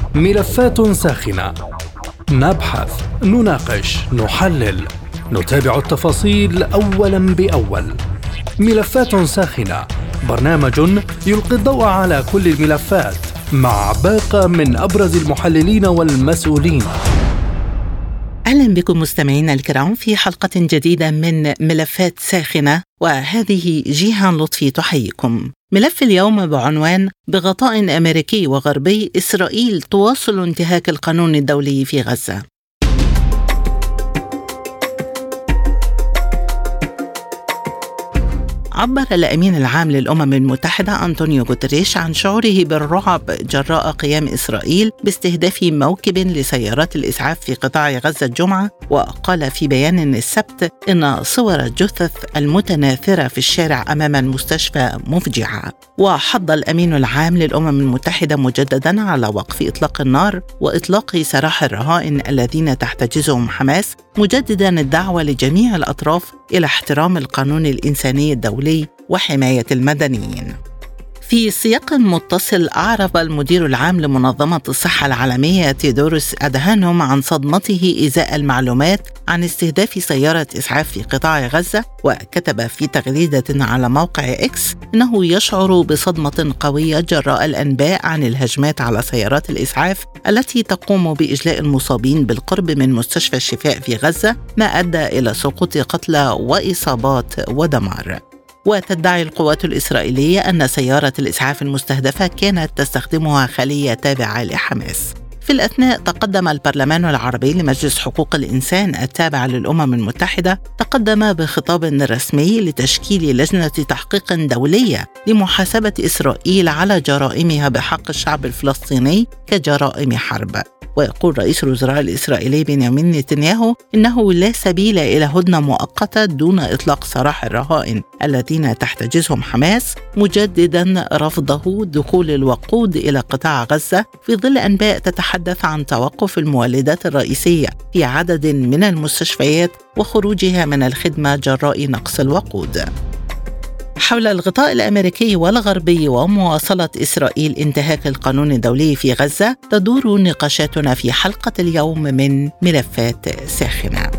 ملفات ساخنة، نبحث، نناقش، نحلل، نتابع التفاصيل أولاً بأول. ملفات ساخنة، برنامج يلقي الضوء على كل الملفات مع باقة من أبرز المحللين والمسؤولين. أهلا بكم مستمعينا الكرام في حلقة جديدة من ملفات ساخنة، وهذه جيهان لطفي تحييكم. ملف اليوم بعنوان: بغطاء أمريكي وغربي إسرائيل تواصل انتهاك القانون الدولي في غزة. عبر الأمين العام للأمم المتحدة أنطونيو غوتريش عن شعوره بالرعب جراء قيام إسرائيل باستهداف موكب لسيارات الإسعاف في قطاع غزة الجمعة، وقال في بيان السبت إن صور الجثث المتناثرة في الشارع أمام المستشفى مفجعة. وحض الأمين العام للأمم المتحدة مجددا على وقف إطلاق النار وإطلاق سراح الرهائن الذين تحتجزهم حماس، مجددا الدعوة لجميع الأطراف إلى احترام القانون الإنساني الدولي وحماية المدنيين. في سياق متصل، أعرب المدير العام لمنظمة الصحة العالمية تيدروس أدهانوم عن صدمته إزاء المعلومات عن استهداف سيارة إسعاف في قطاع غزة، وكتب في تغريدة على موقع إكس إنه يشعر بصدمة قوية جراء الأنباء عن الهجمات على سيارات الإسعاف التي تقوم بإجلاء المصابين بالقرب من مستشفى الشفاء في غزة، ما أدى إلى سقوط قتلى وإصابات ودمار. وتدعي القوات الإسرائيلية أن سيارة الإسعاف المستهدفة كانت تستخدمها خلية تابعة لحماس. في الأثناء، تقدم البرلمان العربي لمجلس حقوق الإنسان التابع للأمم المتحدة بخطاب رسمي لتشكيل لجنة تحقيق دولية لمحاسبة إسرائيل على جرائمها بحق الشعب الفلسطيني كجرائم حرب. ويقول رئيس الوزراء الإسرائيلي بنيامين نتنياهو إنه لا سبيل إلى هدنة مؤقتة دون إطلاق سراح الرهائن الذين تحتجزهم حماس، مجددا رفضه دخول الوقود إلى قطاع غزة في ظل أنباء تتحدث عن توقف المولدات الرئيسية في عدد من المستشفيات وخروجها من الخدمة جراء نقص الوقود. حول الغطاء الأمريكي والغربي ومواصلة إسرائيل انتهاك القانون الدولي في غزة تدور نقاشاتنا في حلقة اليوم من ملفات ساخنة.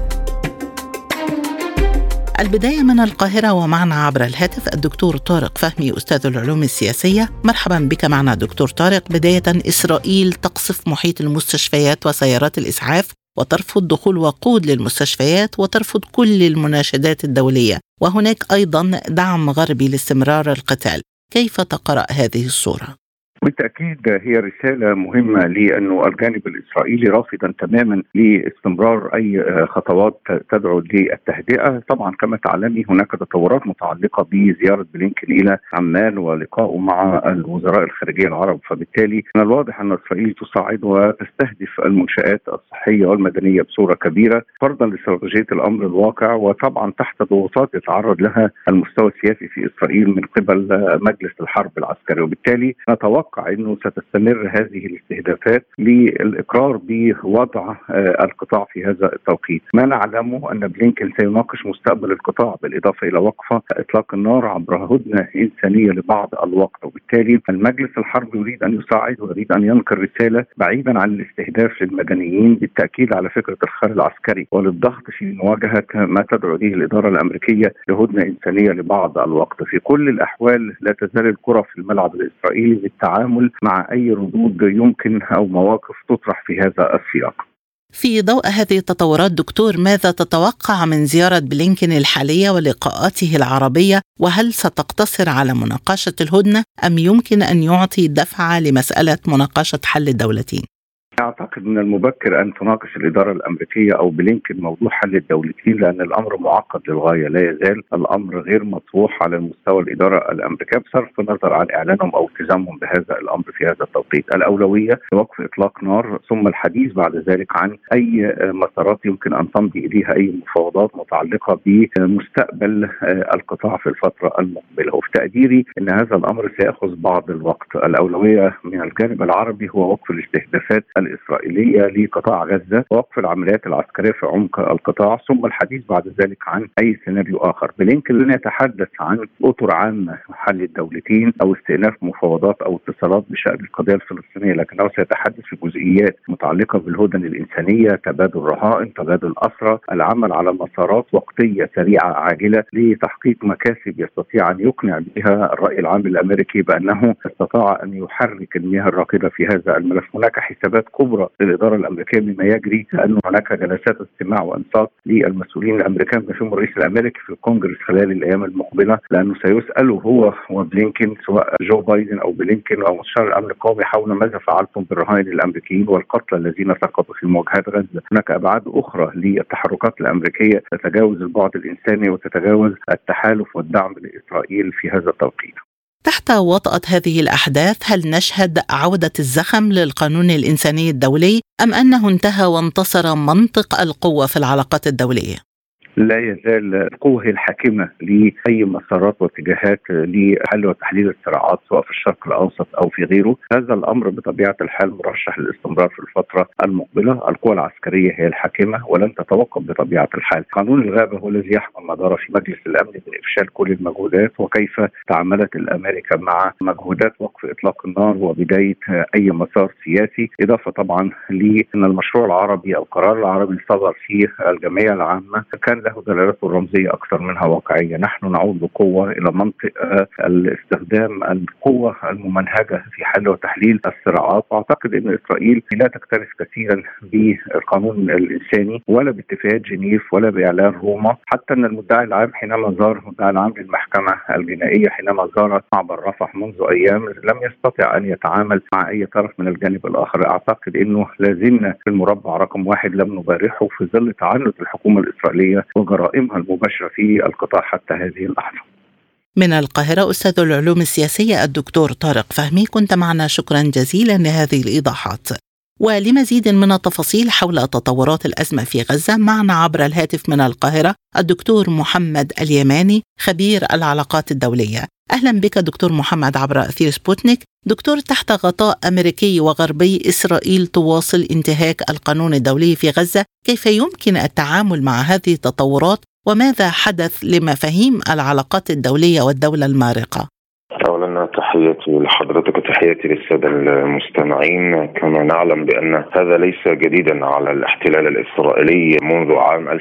البداية من القاهرة، ومعنا عبر الهاتف الدكتور طارق فهمي أستاذ العلوم السياسية. مرحبا بك معنا دكتور طارق. بداية، إسرائيل تقصف محيط المستشفيات وسيارات الإسعاف وترفض دخول وقود للمستشفيات وترفض كل المناشدات الدولية، وهناك أيضا دعم غربي لاستمرار القتال. كيف تقرأ هذه الصورة؟ بالتأكيد هي رسالة مهمة، لأنه الجانب الإسرائيلي رافضا تماما لاستمرار أي خطوات تدعو للتهدئة. طبعا كما تعلمي هناك تطورات متعلقة بزيارة بلينكن إلى عمان ولقائه مع الوزراء الخارجية العرب، فبالتالي من الواضح أن إسرائيل تصاعد وتستهدف المنشآت الصحية والمدنية بصورة كبيرة فرضا لاستراتيجية الأمر الواقع، وطبعا تحت ضغوطات يتعرض لها المستوى السياسي في إسرائيل من قبل مجلس الحرب العسكري، وبالتالي نتوقع أنه ستستمر هذه الاستهدافات للإقرار بوضع القطاع في هذا التوقيت. ما نعلمه أن بلينكن سيناقش مستقبل القطاع بالإضافة إلى وقف إطلاق النار عبر هدنة إنسانية لبعض الوقت، وبالتالي المجلس الحرب يريد أن يساعد ويريد أن ينقل رسالة بعيدا عن الاستهداف للمدنيين، بالتأكيد على فكرة الخيار العسكري وللضغط في مواجهة ما تدعو به الإدارة الأمريكية لهدنة إنسانية لبعض الوقت. في كل الأحوال لا تزال الكرة في الملعب الإسرائيلي للتعامل مع أي ردود يمكن أو مواقف تطرح في هذا السياق. في ضوء هذه التطورات دكتور، ماذا تتوقع من زيارة بلينكن الحالية ولقاءاته العربية؟ وهل ستقتصر على مناقشة الهدنة أم يمكن أن يعطي دفعة لمسألة مناقشة حل الدولتين؟ أعتقد من المبكر أن تناقش الإدارة الأمريكية أو بلينكن موضوع حل الدولتين، لأن الأمر معقد للغاية. لا يزال الأمر غير مطروح على المستوى الإدارة الأمريكية بصرف النظر عن إعلانهم أو التزامهم بهذا الأمر في هذا التوقيت. الأولوية وقف إطلاق نار، ثم الحديث بعد ذلك عن أي مسارات يمكن أن تمضي إليها أي مفاوضات متعلقة بمستقبل القطاع في الفترة المقبلة. وفي تقديري أن هذا الأمر سيأخذ بعض الوقت. الأولوية من الجانب العربي هو وقف الاستهدافات الإسرائيلية لقطاع غزة ووقف العمليات العسكرية في عمق القطاع، ثم الحديث بعد ذلك عن أي سيناريو آخر. بلينكن لن يتحدث عن أطر عامة حل الدولتين أو استئناف مفاوضات أو اتصالات بشأن القضية الفلسطينية، لكنه سيتحدث في جزئيات متعلقة بالهدن الإنسانية، تبادل رهائن، تبادل أسرى، العمل على مسارات وقتية سريعة عاجلة لتحقيق مكاسب يستطيع أن يقنع بها الرأي العام الأمريكي بأنه استطاع أن يحرك المياه الراكدة في هذا الملف. هناك حسابات كبرى للإدارة الأمريكية مما يجري، أن هناك جلسات استماع وإنصات للمسؤولين الأمريكان بشمول الرئيس الأمريكي في الكونغرس خلال الأيام المقبلة، لأنه سيسأل هو وبلينكن سواء جو بايدن أو بلينكن أو مستشار الأمن القومي حول ماذا فعلتم بالرهائن الأمريكيين والقتلى الذين سقطوا في مواجهات غزة. هناك أبعاد أخرى للتحركات الأمريكية تتجاوز البعد الإنساني وتتجاوز التحالف والدعم لإسرائيل في هذا التوقيت. تحت وطأة هذه الأحداث، هل نشهد عودة الزخم للقانون الإنساني الدولي أم أنه انتهى وانتصر منطق القوة في العلاقات الدولية؟ لا يزال القوة هي الحاكمة لأي مسارات واتجاهات لحل وتحليل الصراعات سواء في الشرق الأوسط أو في غيره. هذا الأمر بطبيعة الحال مرشح للاستمرار في الفترة المقبلة. القوى العسكرية هي الحاكمة ولن تتوقف بطبيعة الحال. قانون الغابة هو الذي يحكم ما دار في مجلس الأمن من إفشال كل المجهودات وكيف تعاملت الأمريكا مع مجهودات وقف إطلاق النار وبداية أي مسار سياسي، إضافة طبعا لأن المشروع العربي أو القرار العربي صدر في الجمعية العامة كان له دلالته الرمزية أكثر منها واقعية. نحن نعود بقوة إلى منطق الاستخدام القوة الممنهجة في حل وتحليل الصراعات. أعتقد أن إسرائيل لا تكترث كثيرا بالقانون الإنساني ولا باتفاقيات جنيف ولا بإعلان روما، حتى أن المدعي العام حينما زار المدعي العام للمحكمة الجنائية حينما زار معبر رفح منذ أيام لم يستطع أن يتعامل مع أي طرف من الجانب الآخر. أعتقد أنه لازلنا في المربع رقم 1 لم نبارحه في ظل تعنت الحكومة الإسرائيلية وجرائمها المباشرة في القطاع حتى هذه اللحظة. من القاهرة أستاذ العلوم السياسية الدكتور طارق فهمي، كنت معنا، شكرا جزيلا لهذه الإيضاحات. ولمزيد من التفاصيل حول تطورات الأزمة في غزة معنا عبر الهاتف من القاهرة الدكتور محمد اليماني خبير العلاقات الدولية. أهلا بك دكتور محمد عبر أثير سبوتنيك. دكتور، تحت غطاء أمريكي وغربي إسرائيل تواصل انتهاك القانون الدولي في غزة، كيف يمكن التعامل مع هذه التطورات وماذا حدث لمفاهيم العلاقات الدولية والدولة المارقة؟ أولا تحياتي لحضرتك وتحياتي للسادة المستمعين. كما نعلم بأن هذا ليس جديدا على الاحتلال الإسرائيلي منذ عام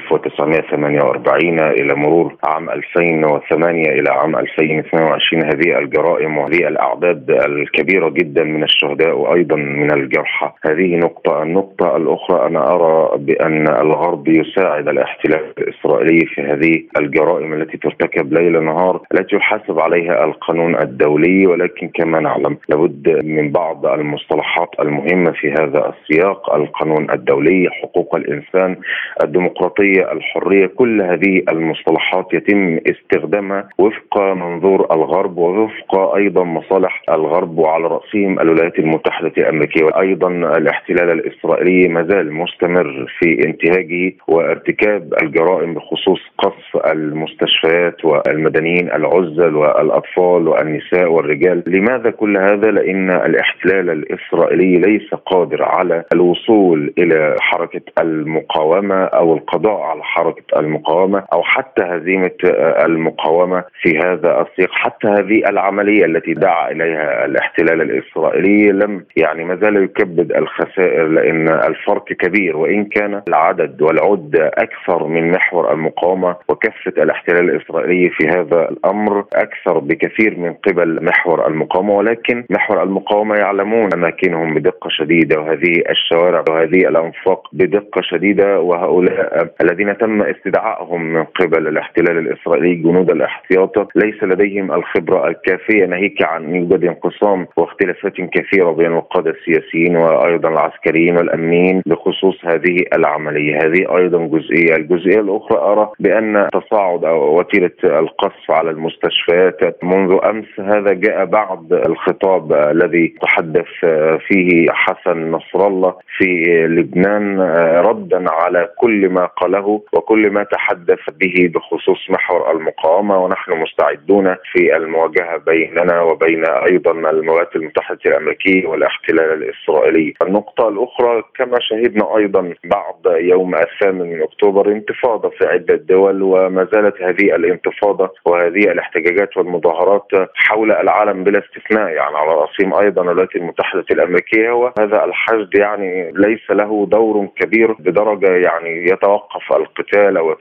1948 إلى مرور عام 2008 إلى عام 2022. هذه الجرائم وهذه الأعداد الكبيرة جدا من الشهداء وأيضا من الجرحى. هذه نقطة. النقطة الأخرى، أنا أرى بأن الغرب يساعد الاحتلال الإسرائيلي في هذه الجرائم التي ترتكب ليل نهار التي يحاسب عليها القانون الدولي، ولكن كما نعلم لابد من بعض المصطلحات المهمة في هذا السياق: القانون الدولي، حقوق الإنسان، الديمقراطية، الحرية. كل هذه المصطلحات يتم استخدامها وفق منظور الغرب ووفق أيضا مصالح الغرب، وعلى رأسهم الولايات المتحدة الأمريكية. وأيضا الاحتلال الإسرائيلي مازال مستمر في انتهاجه وارتكاب الجرائم بخصوص قصف المستشفيات والمدنيين العزل والأطفال والنساء والرجال. لماذا كل هذا؟ لأن الاحتلال الإسرائيلي ليس قادر على الوصول إلى حركة المقاومة أو القضاء على حركة المقاومة أو حتى هزيمة المقاومة في هذا السياق. حتى هذه العملية التي دعا إليها الاحتلال الإسرائيلي لم ما زال يكبد الخسائر، لأن الفرق كبير. وإن كان العدد والعدة أكثر من محور المقاومة وكفة الاحتلال الإسرائيلي في هذا الأمر أكثر بكثير من قبل محور المقاومة، ولكن محور المقاومة يعلمون أماكنهم بدقة شديدة وهذه الشوارع وهذه الأنفاق بدقة شديدة. وهؤلاء الذين تم استدعائهم من قبل الاحتلال الإسرائيلي جنود الاحتياط ليس لديهم الخبرة الكافية، ناهيك عن يوجد انقسام واختلافات كثيرة بين القادة السياسيين وأيضا العسكريين والأمنيين بخصوص هذه العملية. هذه أيضا جزئية. الجزئية الأخرى أرى بأن تصاعد أو وتيرة القصف على المستشفيات منذ أمس هذا جاء بعد الخطاب الذي تحدث فيه حسن نصر الله في لبنان ردا على كل ما قاله وكل ما تحدث به بخصوص محور المقاومة، ونحن مستعدون في المواجهة بيننا وبين أيضا الولايات المتحدة الأمريكية والاحتلال الإسرائيلي. النقطة الأخرى، كما شهدنا أيضا بعد يوم 8 أكتوبر انتفاضة في عدة دول، وما زالت هذه الانتفاضة وهذه الاحتجاجات والمظاهرات حول العالم بلا استثناء، يعني على رأسهم أيضا الولايات المتحدة الأمريكية. وهذا الحشد يعني ليس له دور كبير بدرجة يعني يتوقف القتال أو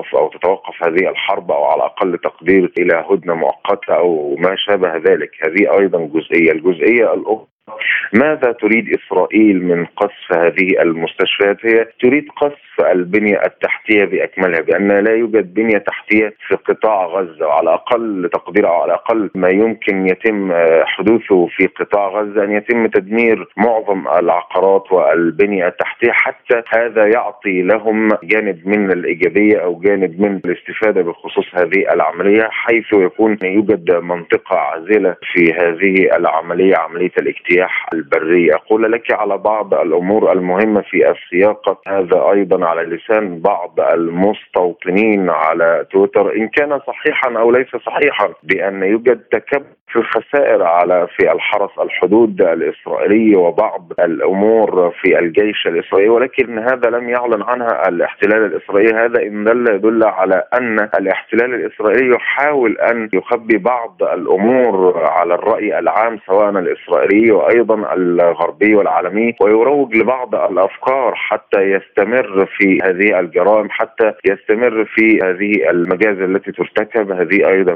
تتوقف هذه الحرب، أو على أقل تقدير إلى هدنة مؤقتة أو ما شابه ذلك. هذه أيضا الجزئية الأخرى، ماذا تريد إسرائيل من قصف هذه المستشفيات؟ هي تريد قصف البنية التحتية بأكملها، بأن لا يوجد بنية تحتية في قطاع غزة، وعلى أقل تقدير أو على أقل ما يمكن يتم حدوثه في قطاع غزة أن يتم تدمير معظم العقارات والبنية التحتية، حتى هذا يعطي لهم جانب من الإيجابية أو جانب من الاستفادة بخصوص هذه العملية، حيث يكون يوجد منطقة عازلة في هذه العملية، عملية الاجتياح البري. أقول لك على بعض الأمور المهمة في السياق هذا أيضا على لسان بعض المستوطنين على تويتر، إن كان صحيحا أو ليس صحيحا، بأن يوجد تكبد في الخسائر في الحرس الحدود الإسرائيلي وبعض الأمور في الجيش الإسرائيلي، ولكن هذا لم يعلن عنها الاحتلال الإسرائيلي. هذا إن يدل على أن الاحتلال الإسرائيلي يحاول أن يخبي بعض الأمور على الرأي العام، سواء الإسرائيلي وأيضا الغربي والعالمي، ويروج لبعض الأفكار حتى يستمر في هذه الجرائم، حتى يستمر في هذه المجازر التي ترتكب. هذه أيضا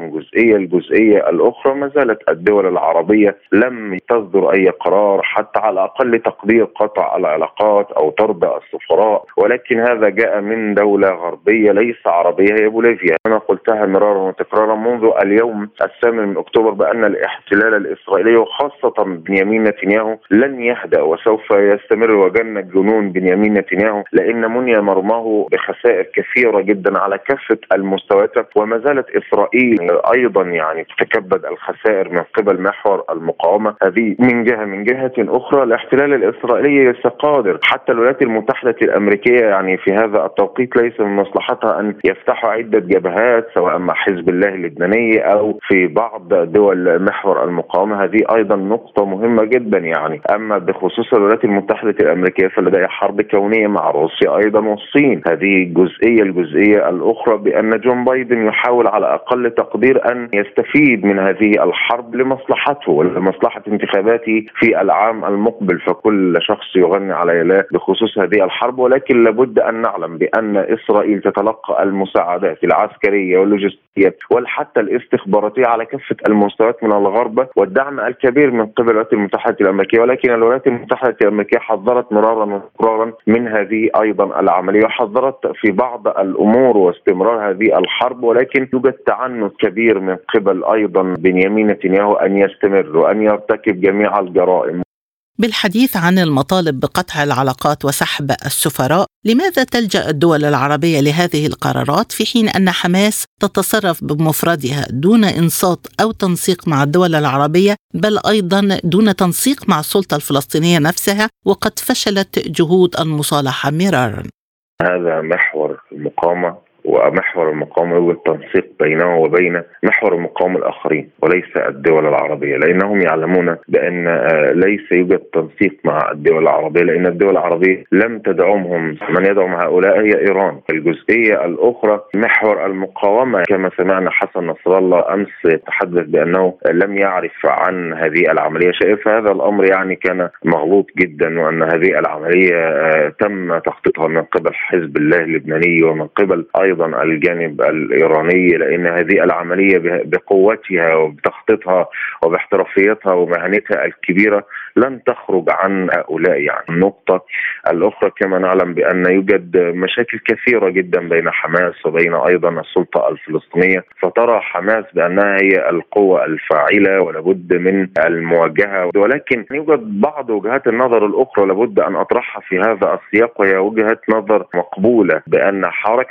الجزئية الأخرى، ما زالت الدول العربية لم تصدر أي قرار حتى على أقل تقدير قطع العلاقات أو طرد السفراء، ولكن هذا جاء من دولة غربية ليس عربية، هي بوليفيا. أنا قلتها مرارا وتكرارا منذ اليوم 8 أكتوبر بأن الاحتلال الإسرائيلي وخاصة بنيامين نتنياهو لن يهدأ، وسوف يستمر وجن جنون بنيامين نتنياهو، لأن مني مرماه بخسائر كثيرة جدا على كافة المستويات، وما زالت إسرائيل أيضا يعني تتكبد الخسائر من قبل محور المقاومة. هذه من جهة أخرى الاحتلال الإسرائيلي ليس قادر، حتى الولايات المتحدة الأمريكية يعني في هذا التوقيت ليس من مصلحتها أن يفتحوا عدة جبهات سواء مع حزب الله اللبناني أو في بعض دول محور المقاومة. هذه أيضا نقطة مهمة جدا يعني. أما بخصوص الولايات المتحدة الأمريكية فلديها حرب كونية مع روسيا أيضا والصين. هذه الجزئية الأخرى بأن جون بايدن يحاول على أقل تقدير أن يستفيد من هذه الحرب لمصلحته ولمصلحة انتخاباته في العام المقبل، فكل شخص يغني على يلاه بخصوص هذه الحرب. ولكن لابد أن نعلم بأن إسرائيل تتلقى المساعدات العسكرية واللوجستية وحتى الاستخباراتية على كافة المستويات من الغرب والدعم الكبير من قبل الولايات المتحدة الأمريكية، ولكن الولايات المتحدة الأمريكية حذرت مرارا وتكرارا من هذه أيضا العملية، وحذرت في بعض الأمور واستمرار هذه الحرب، ولكن يوجد تعنت كبير من قبل أيضا بنيامين نتنياهو أن يستمر وأن يرتكب جميع الجرائم. بالحديث عن المطالب بقطع العلاقات وسحب السفراء، لماذا تلجأ الدول العربية لهذه القرارات في حين أن حماس تتصرف بمفردها دون إنصات أو تنسيق مع الدول العربية، بل أيضا دون تنسيق مع السلطة الفلسطينية نفسها، وقد فشلت جهود المصالحة مرارا؟ هذا محور المقاومة، ومحور المقاومة يوجد تنسيق بينه وبين محور المقاومة الآخرين وليس الدول العربية، لأنهم يعلمون بأن ليس يوجد تنسيق مع الدول العربية، لأن الدول العربية لم تدعمهم. من يدعم هؤلاء هي إيران. الجزئية الأخرى محور المقاومة، كما سمعنا حسن نصر الله أمس يتحدث بأنه لم يعرف عن هذه العملية شيء، فهذا الأمر يعني كان مغلوط جدا، وأن هذه العملية تم تخطيطها من قبل حزب الله اللبناني ومن قبل أيضا الجانب الإيراني، لأن هذه العملية بقوتها وبتخطيطها وباحترافيتها ومهنتها الكبيرة لن تخرج عن هؤلاء. يعني النقطة الأخرى كما نعلم بأن يوجد مشاكل كثيرة جدا بين حماس وبين أيضا السلطة الفلسطينية، فترى حماس بأنها هي القوة الفاعلة ولابد من المواجهة، ولكن يوجد بعض وجهات النظر الأخرى لابد أن أطرحها في هذا السياق، وهي وجهة نظر مقبولة بأن حركة حماس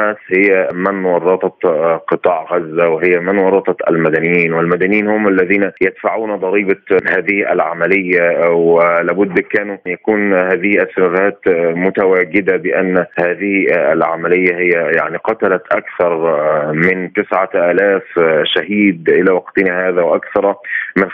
حماس هي من ورطت قطاع غزة، وهي من ورطت المدنيين، والمدنيين هم الذين يدفعون ضريبة هذه العملية. ولابد كانوا يكون هذه السيناريوهات متواجدة بأن هذه العملية هي يعني قتلت أكثر من 9000 شهيد إلى وقتنا هذا، وأكثر من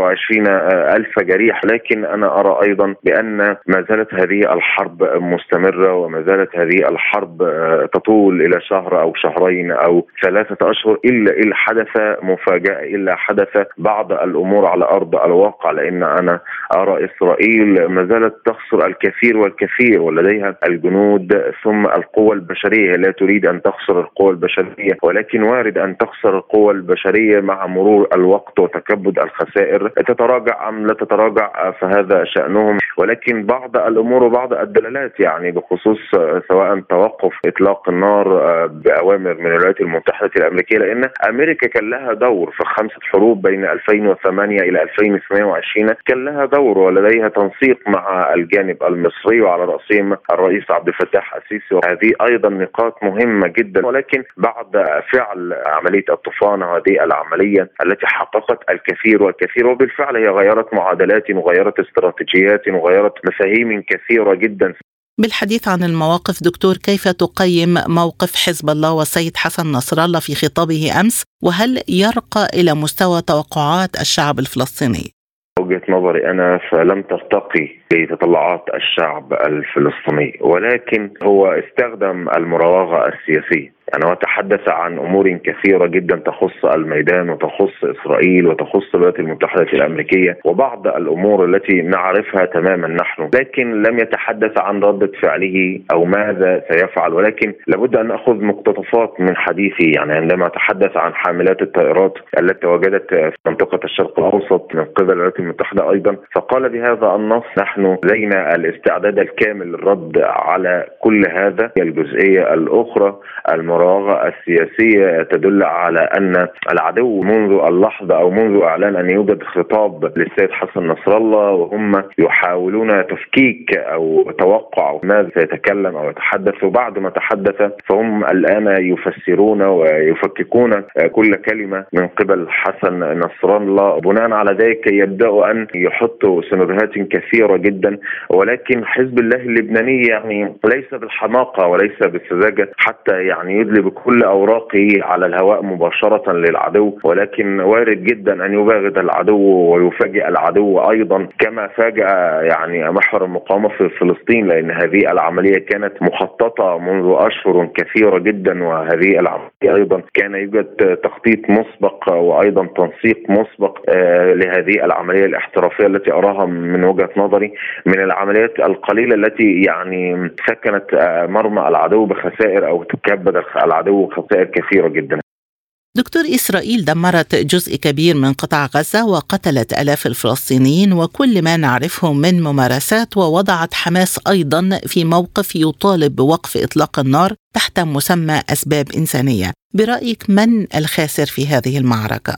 25,000 جريح. لكن أنا أرى أيضا بأن ما زالت هذه الحرب مستمرة، وما زالت هذه الحرب تطول إلى شهر أو شهرين أو 3 أشهر، إلا حدث مفاجأة، إلا حدث بعض الأمور على أرض الواقع. لأن أنا أرى إسرائيل ما زالت تخسر الكثير والكثير، ولديها الجنود ثم القوى البشرية. لا تريد أن تخسر القوى البشرية، ولكن وارد أن تخسر القوى البشرية مع مرور الوقت وتكبد الخسائر. تتراجع أم لا تتراجع فهذا شأنهم، ولكن بعض الأمور وبعض الدلالات يعني بخصوص سواء توقف إطلاق النار بأوامر من الولايات المتحدة الأمريكية، لأن أمريكا كان لها دور في 5 حروب بين 2008 إلى 2022، كان لها دور ولديها تنسيق مع الجانب المصري وعلى رأسهم الرئيس عبد الفتاح السيسي، وهذه أيضا نقاط مهمة جدا. ولكن بعد فعل عملية الطوفان، هذه العملية التي حققت الكثير والكثير، وبالفعل هي غيرت معادلات وغيرت استراتيجيات وغيرت مفاهيم كثيرة جدا. بالحديث عن المواقف دكتور، كيف تقيم موقف حزب الله والسيد حسن نصر الله في خطابه أمس، وهل يرقى إلى مستوى توقعات الشعب الفلسطيني؟ وجهة نظري أنا فلم ترتقي لتطلعات الشعب الفلسطيني، ولكن هو استخدم المراوغة السياسية. يعني هو تحدث عن أمور كثيرة جدا تخص الميدان وتخص إسرائيل وتخص الولايات المتحدة الأمريكية وبعض الأمور التي نعرفها تماما نحن، لكن لم يتحدث عن ردة فعله أو ماذا سيفعل. ولكن لابد أن نأخذ مقتطفات من حديثه. يعني عندما تحدث عن حاملات الطائرات التي تواجدت في منطقة الشرق الأوسط من قبل الولايات المتحدة أيضا، فقال بهذا النص: نحن لدينا الاستعداد الكامل للرد على كل هذا. الجزئية الأخرى المراوغة السياسية تدل على أن العدو منذ اللحظة أو منذ إعلان أن يوجد خطاب للسيد حسن نصر الله وهم يحاولون تفكيك أو توقع ماذا سيتكلم أو يتحدث، وبعد ما تحدث فهم الآن يفسرون ويفككون كل كلمة من قبل حسن نصر الله. بناء على ذلك يبدأوا أن يحطوا سيناريوهات كثيرة جدا. ولكن حزب الله اللبناني يعني ليس بالحماقة وليس بالسذاجة حتى يعني يدلي بكل أوراقه على الهواء مباشرة للعدو، ولكن وارد جدا أن يباغت العدو ويفاجئ العدو أيضا كما فاجأ يعني محور المقاومة في فلسطين، لأن هذه العملية كانت مخططة منذ أشهر كثيرة جدا، وهذه العملية أيضا كان يوجد تخطيط مسبق وأيضا تنسيق مسبق لهذه العملية الاحترافية التي أراها من وجهة نظري من العمليات القليلة التي يعني سكنت مرمى العدو بخسائر أو تكبد العدو خسائر كثيرة جدا. دكتور، إسرائيل دمرت جزء كبير من قطاع غزة وقتلت آلاف الفلسطينيين وكل ما نعرفه من ممارسات، ووضعت حماس أيضا في موقف يطالب بوقف إطلاق النار تحت مسمى أسباب إنسانية. برأيك من الخاسر في هذه المعركة؟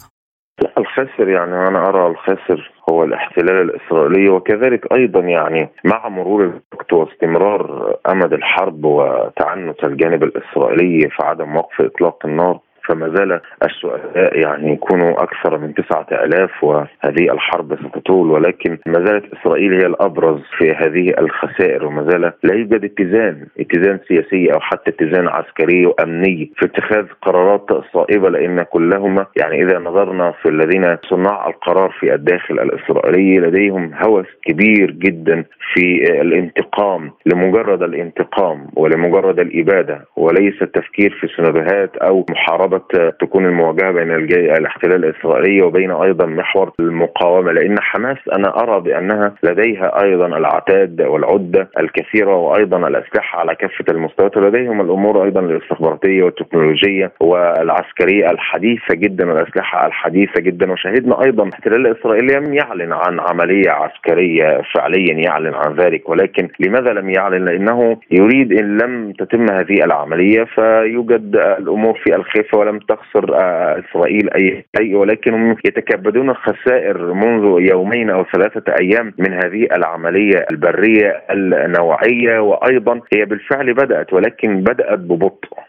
الخاسر يعني أنا أرى الخاسر هو الاحتلال الإسرائيلي، وكذلك أيضا يعني مع مرور الوقت واستمرار أمد الحرب وتعنت الجانب الإسرائيلي في عدم وقف إطلاق النار، فما زال الشهداء يعني يكونوا أكثر من 9000 وهذه الحرب ستطول. ولكن ما زالت إسرائيل هي الأبرز في هذه الخسائر، وما زال لا يوجد اتزان سياسي أو حتى اتزان عسكري وأمني في اتخاذ قرارات صائبة، لأن كلهما يعني إذا نظرنا في الذين صناع القرار في الداخل الإسرائيلي لديهم هوس كبير جدا في الانتقام لمجرد الانتقام ولمجرد الإبادة، وليس التفكير في سيناريوهات أو محاربة تكون المواجهة بين الاحتلال الإسرائيلي وبين أيضا محور المقاومة. لأن حماس أنا أرى بأنها لديها أيضا العتاد والعدة الكثيرة وأيضا الأسلحة على كافة المستويات، ولديهم الأمور أيضا الاستخباراتية والتكنولوجية والعسكرية الحديثة جدا والأسلحة الحديثة جدا. وشاهدنا أيضا الاحتلال الإسرائيلي لم يعلن عن عملية عسكرية فعليا يعلن عن ذلك، ولكن لماذا لم يعلن؟ لأنه يريد إن لم تتم هذه العملية فيوجد الأمور في الخفة ولم تخسر إسرائيل أي شيء، ولكنهم يتكبدون الخسائر منذ 2 أو 3 أيام من هذه العملية البرية النوعية، وأيضا هي بالفعل بدأت ولكن بدأت ببطء.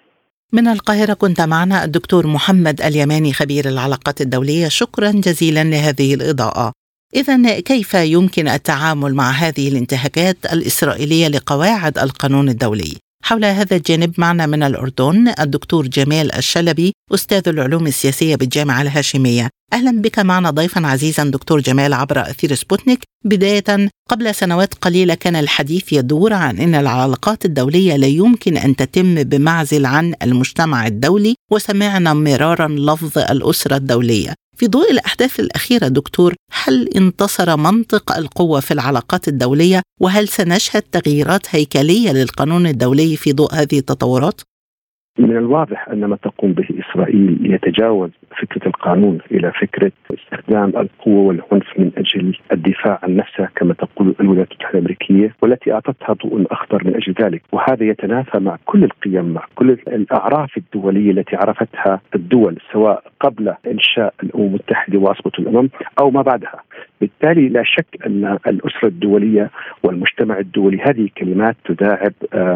من القاهرة كنت معنا الدكتور محمد اليماني خبير العلاقات الدولية. شكرا جزيلا لهذه الإضاءة. إذن كيف يمكن التعامل مع هذه الانتهاكات الإسرائيلية لقواعد القانون الدولي؟ حول هذا الجانب معنا من الأردن الدكتور جمال الشلبي أستاذ العلوم السياسية بالجامعة الهاشمية. أهلا بك معنا ضيفا عزيزا دكتور جمال عبر أثير سبوتنيك. بداية، قبل سنوات قليلة كان الحديث يدور عن أن العلاقات الدولية لا يمكن أن تتم بمعزل عن المجتمع الدولي، وسمعنا مرارا لفظ الأسرة الدولية. في ضوء الأحداث الأخيرة دكتور، هل انتصر منطق القوة في العلاقات الدولية؟ وهل سنشهد تغييرات هيكلية للقانون الدولي في ضوء هذه التطورات؟ من الواضح أن ما تقوم به إسرائيل يتجاوز فكرة القانون إلى فكرة استخدام القوة والعنف من أجل الدفاع عن نفسها كما تقول الولايات المتحدة الأمريكية، والتي أعطتها ضوء أخضر من أجل ذلك. وهذا يتنافى مع كل القيم، مع كل الأعراف الدولية التي عرفتها الدول سواء قبل إنشاء الأمم المتحدة وأسقط الأمم أو ما بعدها. بالتالي لا شك أن الأسرة الدولية والمجتمع الدولي هذه كلمات تداعب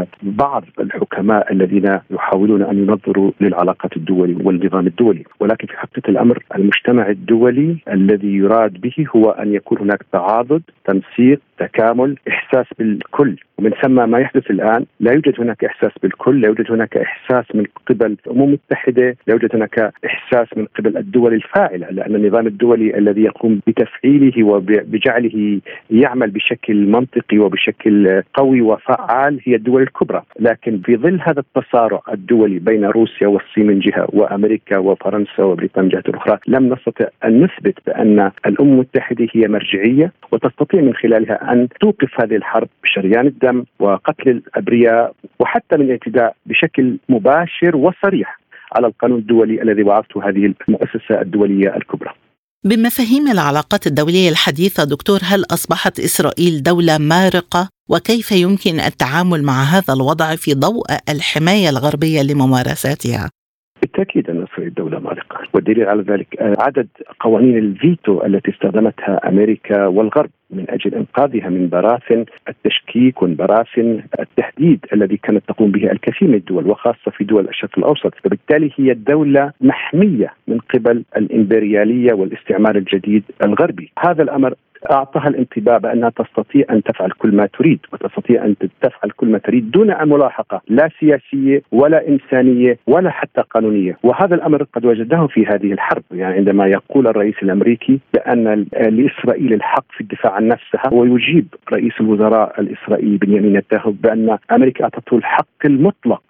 بعض الحكماء الذين يحاولون أن ينظروا للعلاقات الدولية والنظام الدولي، ولكن في حقيقة الأمر المجتمع الدولي الذي يراد به هو أن يكون هناك تعاضد، تنسيق، تكامل، إحساس بالكل. ومن ثم ما يحدث الآن لا يوجد هناك إحساس بالكل، لا يوجد هناك إحساس من قبل الأمم المتحدة، لا يوجد هناك إحساس من قبل الدول الفاعلة، لأن النظام الدولي الذي يقوم بتفعيله وبجعله يعمل بشكل منطقي وبشكل قوي وفعال هي الدول الكبرى. لكن في ظل هذا التصارع الدولي بين روسيا والصين من جهة وأمريكا وفرنسا وبريطانيا من جهة أخرى، لم نستطع أن نثبت بأن الأمم المتحدة هي مرجعية وتستطيع من خلالها أن توقف هذه الحرب بشريان الدم وقتل الأبرياء، وحتى من الاعتداء بشكل مباشر وصريح على القانون الدولي الذي وضعته هذه المؤسسة الدولية الكبرى. بمفاهيم العلاقات الدولية الحديثة دكتور، هل أصبحت إسرائيل دولة مارقة؟ وكيف يمكن التعامل مع هذا الوضع في ضوء الحماية الغربية لممارساتها؟ بالتأكيد أن إسرائيل دولة مارقة، والدليل على ذلك عدد قوانين الفيتو التي استخدمتها أمريكا والغرب من أجل إنقاذها من براثن التشكيك وبراثن التهديد الذي كانت تقوم به الكثير من الدول وخاصة في دول الشرق الأوسط. فبالتالي هي الدولة محمية من قبل الإمبريالية والاستعمار الجديد الغربي. هذا الأمر أعطاها الانطباع بأنها تستطيع أن تفعل كل ما تريد، وتستطيع أن تفعل كل ما تريد دون ملاحقة لا سياسية ولا إنسانية ولا حتى قانونية. وهذا الأمر قد وجدناه في هذه الحرب، يعني عندما يقول الرئيس الأمريكي بأن لإسرائيل الحق في الدفاع عن نفسها، ويجيب رئيس الوزراء الإسرائيلي بنيامين نتنياهو بأن أمريكا أعطته الحق المطلق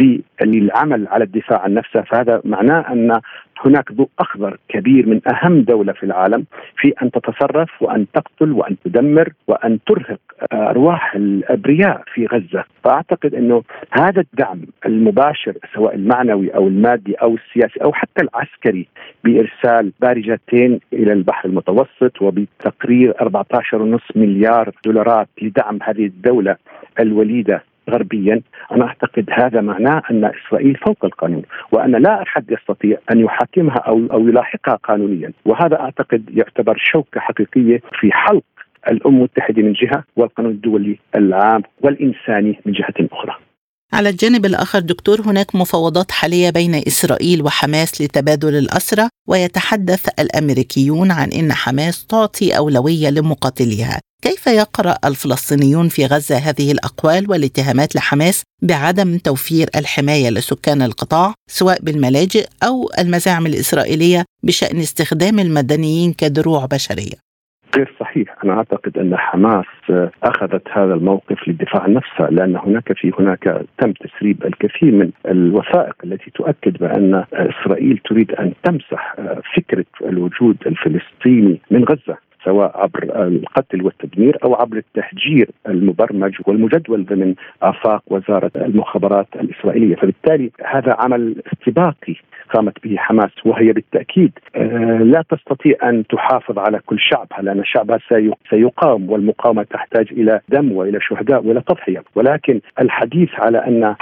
للعمل على الدفاع عن نفسها، فهذا معناه أن هناك ضوء أخضر كبير من أهم دولة في العالم في أن تتصرف وأن تقتل وأن تدمر وأن ترهق أرواح الأبرياء في غزة. فأعتقد أنه هذا الدعم المباشر سواء المعنوي أو المادي أو السياسي أو حتى العسكري بإرسال بارجتين إلى البحر المتوسط وبتقرير 14.5 مليار دولارات لدعم هذه الدولة الوليدة غربيا، أنا أعتقد هذا معناه أن إسرائيل فوق القانون، وأن لا أحد يستطيع أن يحاكمها أو يلاحقها قانونيا. وهذا أعتقد يعتبر شوكة حقيقية في حلق الأمم المتحدة من جهة والقانون الدولي العام والإنساني من جهة أخرى. على الجانب الآخر دكتور، هناك مفاوضات حالية بين إسرائيل وحماس لتبادل الأسرى، ويتحدث الأمريكيون عن أن حماس تعطي أولوية لمقاتليها. كيف يقرأ الفلسطينيون في غزة هذه الأقوال والاتهامات لحماس بعدم توفير الحماية لسكان القطاع سواء بالملاجئ أو المزاعم الإسرائيلية بشأن استخدام المدنيين كدروع بشرية؟ غير صحيح. أنا أعتقد أن حماس أخذت هذا الموقف للدفاع عن نفسها، لأن هناك تم تسريب الكثير من الوثائق التي تؤكد بأن إسرائيل تريد أن تمسح فكرة الوجود الفلسطيني من غزة، سواء عبر القتل والتدمير أو عبر التهجير المبرمج والمجدول ضمن آفاق وزارة المخابرات الإسرائيلية. فبالتالي هذا عمل استباقي قامت به حماس، وهي بالتأكيد لا تستطيع أن تحافظ على كل شعبها، لأن شعبها سيقاوم، والمقاومة تحتاج إلى دم وإلى شهداء وإلى تضحية. ولكن الحديث على أن حماس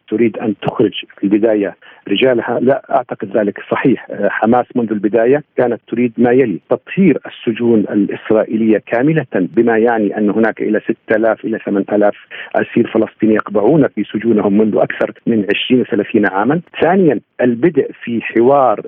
تريد أن تخرج في البداية رجالها، لا أعتقد ذلك صحيح. حماس منذ البداية كانت تريد ما يلي: تطهير السجون الإسرائيلية كاملة، بما يعني أن هناك إلى 6000 إلى 8000 أسير فلسطيني يقبعون في سجونهم منذ أكثر من 20 و30 عاما. ثانيا، البدء في حوار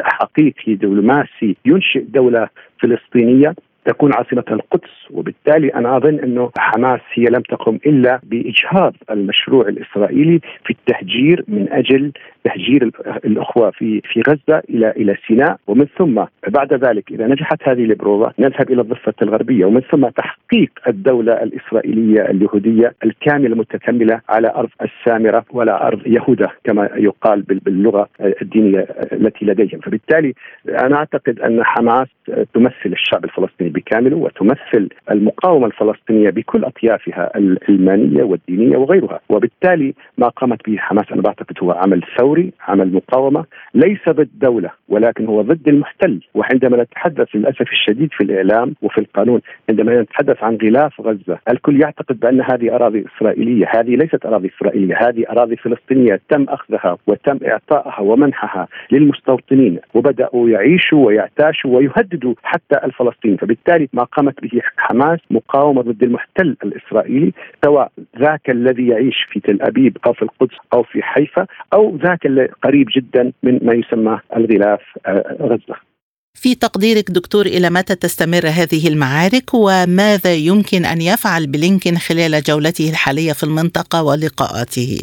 حقيقي دبلوماسي ينشئ دولة فلسطينية تكون عاصمتها القدس. وبالتالي أنا أظن أنه حماس هي لم تقم إلا بإجهاض المشروع الإسرائيلي في التهجير من أجل تهجير الأخوة في غزة إلى سيناء، ومن ثم بعد ذلك إذا نجحت هذه البروفة نذهب إلى الضفة الغربية، ومن ثم تحقيق الدولة الإسرائيلية اليهودية الكاملة المتكاملة على أرض السامرة ولا أرض يهوذا كما يقال باللغة الدينية التي لديهم. فبالتالي أنا أعتقد أن حماس تمثل الشعب الفلسطيني بكامله، وتمثل المقاومة الفلسطينية بكل أطيافها العلمانية والدينية وغيرها. وبالتالي ما قامت به حماس أنا بعتقد هو عمل ثوري، عمل مقاومة ليس ضد دولة ولكن هو ضد المحتل. وعندما نتحدث للأسف الشديد في الإعلام وفي القانون، عندما نتحدث عن غلاف غزة، الكل يعتقد بأن هذه أراضي إسرائيلية. هذه ليست أراضي إسرائيلية، هذه أراضي فلسطينية تم أخذها وتم إعطائها ومنحها للمستوطنين، وبدأوا يعيشوا ويعتاشوا ويهددوا حتى الفلسطينيين. فبالتالي ما قامت به حماس مقاومة ضد المحتل الإسرائيلي، سواء ذاك الذي يعيش في تل أبيب أو في القدس أو في حيفا، أو ذاك القريب جدا من ما يسمى الغلاف غزة. في تقديرك دكتور، إلى متى تستمر هذه المعارك، وماذا يمكن أن يفعل بلينكين خلال جولته الحالية في المنطقة ولقاءاته؟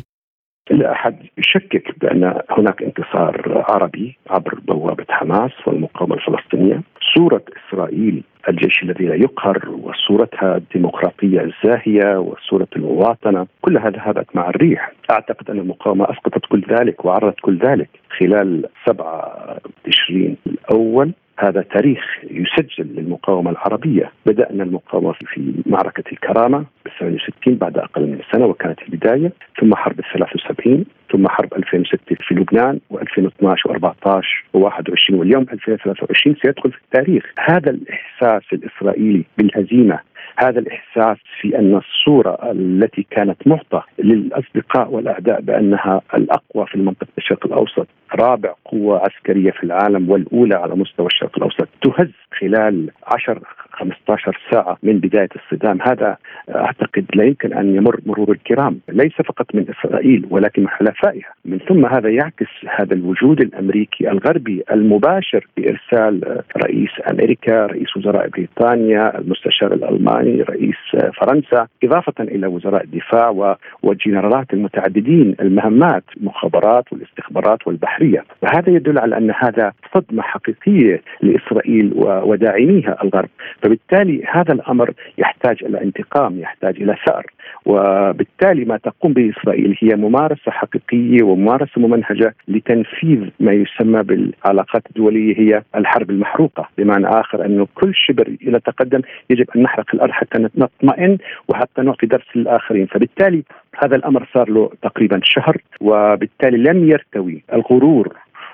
لا أحد يشكك بأن هناك انتصار عربي عبر بوابة حماس والمقاومة الفلسطينية. صورة إسرائيل الجيش الذي لا يقهر، وصورتها الديمقراطية الزاهية، وصورة المواطنة، كلها ذهبت مع الريح. أعتقد أن المقاومة أسقطت كل ذلك وعرضت كل ذلك خلال 7 تشرين الأول. هذا تاريخ يسجل للمقاومة العربية. بدأنا المقاومة في معركة الكرامة ب67 بعد أقل من سنة وكانت البداية، ثم حرب 73، ثم حرب 2006 في لبنان، و2012 و14 و21، واليوم 2023 سيدخل في التاريخ. هذا الإحساس الإسرائيلي بالهزيمة، هذا الإحساس في أن الصورة التي كانت معطى للأصدقاء والأعداء بأنها الأقوى في منطقة الشرق الأوسط، رابع قوة عسكرية في العالم والأولى على مستوى الشرق الأوسط، تهز خلال 10-15 ساعة من بداية الصدام. هذا أعتقد لا يمكن أن يمر مرور الكرام، ليس فقط من إسرائيل ولكن من حلفائها. من ثم هذا يعكس هذا الوجود الأمريكي الغربي المباشر بإرسال رئيس أمريكا، رئيس وزراء بريطانيا، المستشار الألماني، رئيس فرنسا، إضافة إلى وزراء الدفاع والجنرالات المتعددين المهمات، المخابرات والاستخبارات والبحرية. وهذا يدل على أن هذا صدمة حقيقية لإسرائيل وداعميها الغرب. فبالتالي هذا الأمر يحتاج إلى انتقام، يحتاج إلى ثأر. وبالتالي ما تقوم به إسرائيل هي ممارسة حقيقية وممارسة ممنهجة لتنفيذ ما يسمى بالعلاقات الدولية، هي الحرب المحروقة. بمعنى آخر أنه كل شبر إلى تقدم يجب أن نحرق الأرض حتى نطمئن وحتى نعطي درس للآخرين. فبالتالي هذا الأمر صار له تقريبا شهر، وبالتالي لم يرتوي الغرور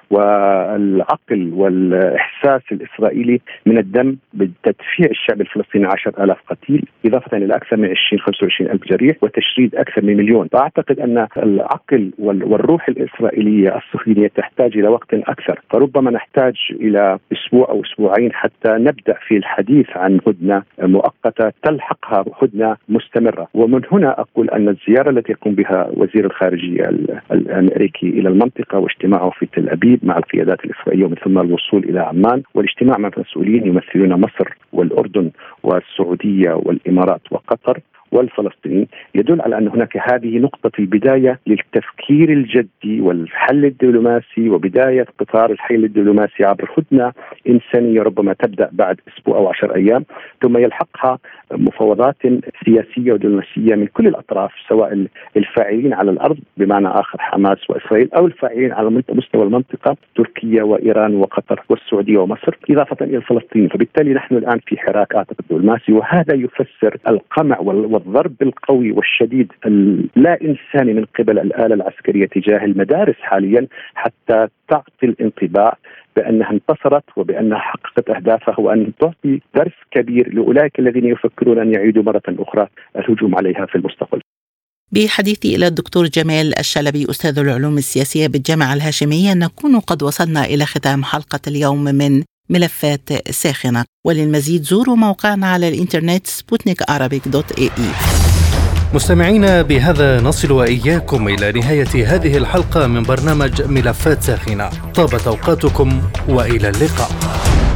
والعقل والإحساس الإسرائيلي من الدم بتدفيع الشعب الفلسطيني 10,000 قتيل، إضافة إلى أكثر من 20-25 ألف جريح، وتشريد أكثر من 1,000,000. فأعتقد أن العقل والروح الإسرائيلية الصهيونية تحتاج إلى وقت أكثر، فربما نحتاج إلى أسبوع أو أسبوعين حتى نبدأ في الحديث عن هدنة مؤقتة تلحقها هدنة مستمرة. ومن هنا أقول أن الزيارة التي يقوم بها وزير الخارجية الأمريكي إلى المنطقة واجتماعه في تل أبيب مع القيادات الإسرائيلية، ومن ثم الوصول إلى عمان والاجتماع مع مسؤولين يمثلون مصر والأردن والسعودية والإمارات وقطر والفلسطينيين، يدل على أن هناك هذه نقطة البداية للتفكير الجدي والحل الدبلوماسي، وبداية قطار الحل الدبلوماسي عبر هدنة إنسانية ربما تبدأ بعد أسبوع أو 10 أيام، ثم يلحقها مفاوضات سياسية ودبلوماسية من كل الأطراف، سواء الفاعلين على الأرض بمعنى آخر حماس وإسرائيل، أو الفاعلين على مستوى المنطقة تركيا وإيران وقطر والسعودية ومصر، إضافة إلى الفلسطينيين. فبالتالي نحن الآن في حراك أعتقد دبلوماسي، وهذا يفسر القمع والضرب القوي والشديد اللا إنساني من قبل الآلة العسكرية تجاه المدارس حاليا، حتى تعطي الانطباع بأنها انتصرت وبأنها حققت أهدافها، وأن تعطي درس كبير لأولئك الذين يفكرون أن يعيدوا مرة أخرى الهجوم عليها في المستقبل. بحديثي إلى الدكتور جمال الشلبي أستاذ العلوم السياسية بالجامعة الهاشمية، نكون قد وصلنا إلى ختام حلقة اليوم من ملفات ساخنة، وللمزيد زوروا موقعنا على الإنترنت sputnikarabic.ae. مستمعينا، بهذا نصل وإياكم إلى نهاية هذه الحلقة من برنامج ملفات ساخنة. طابت أوقاتكم وإلى اللقاء.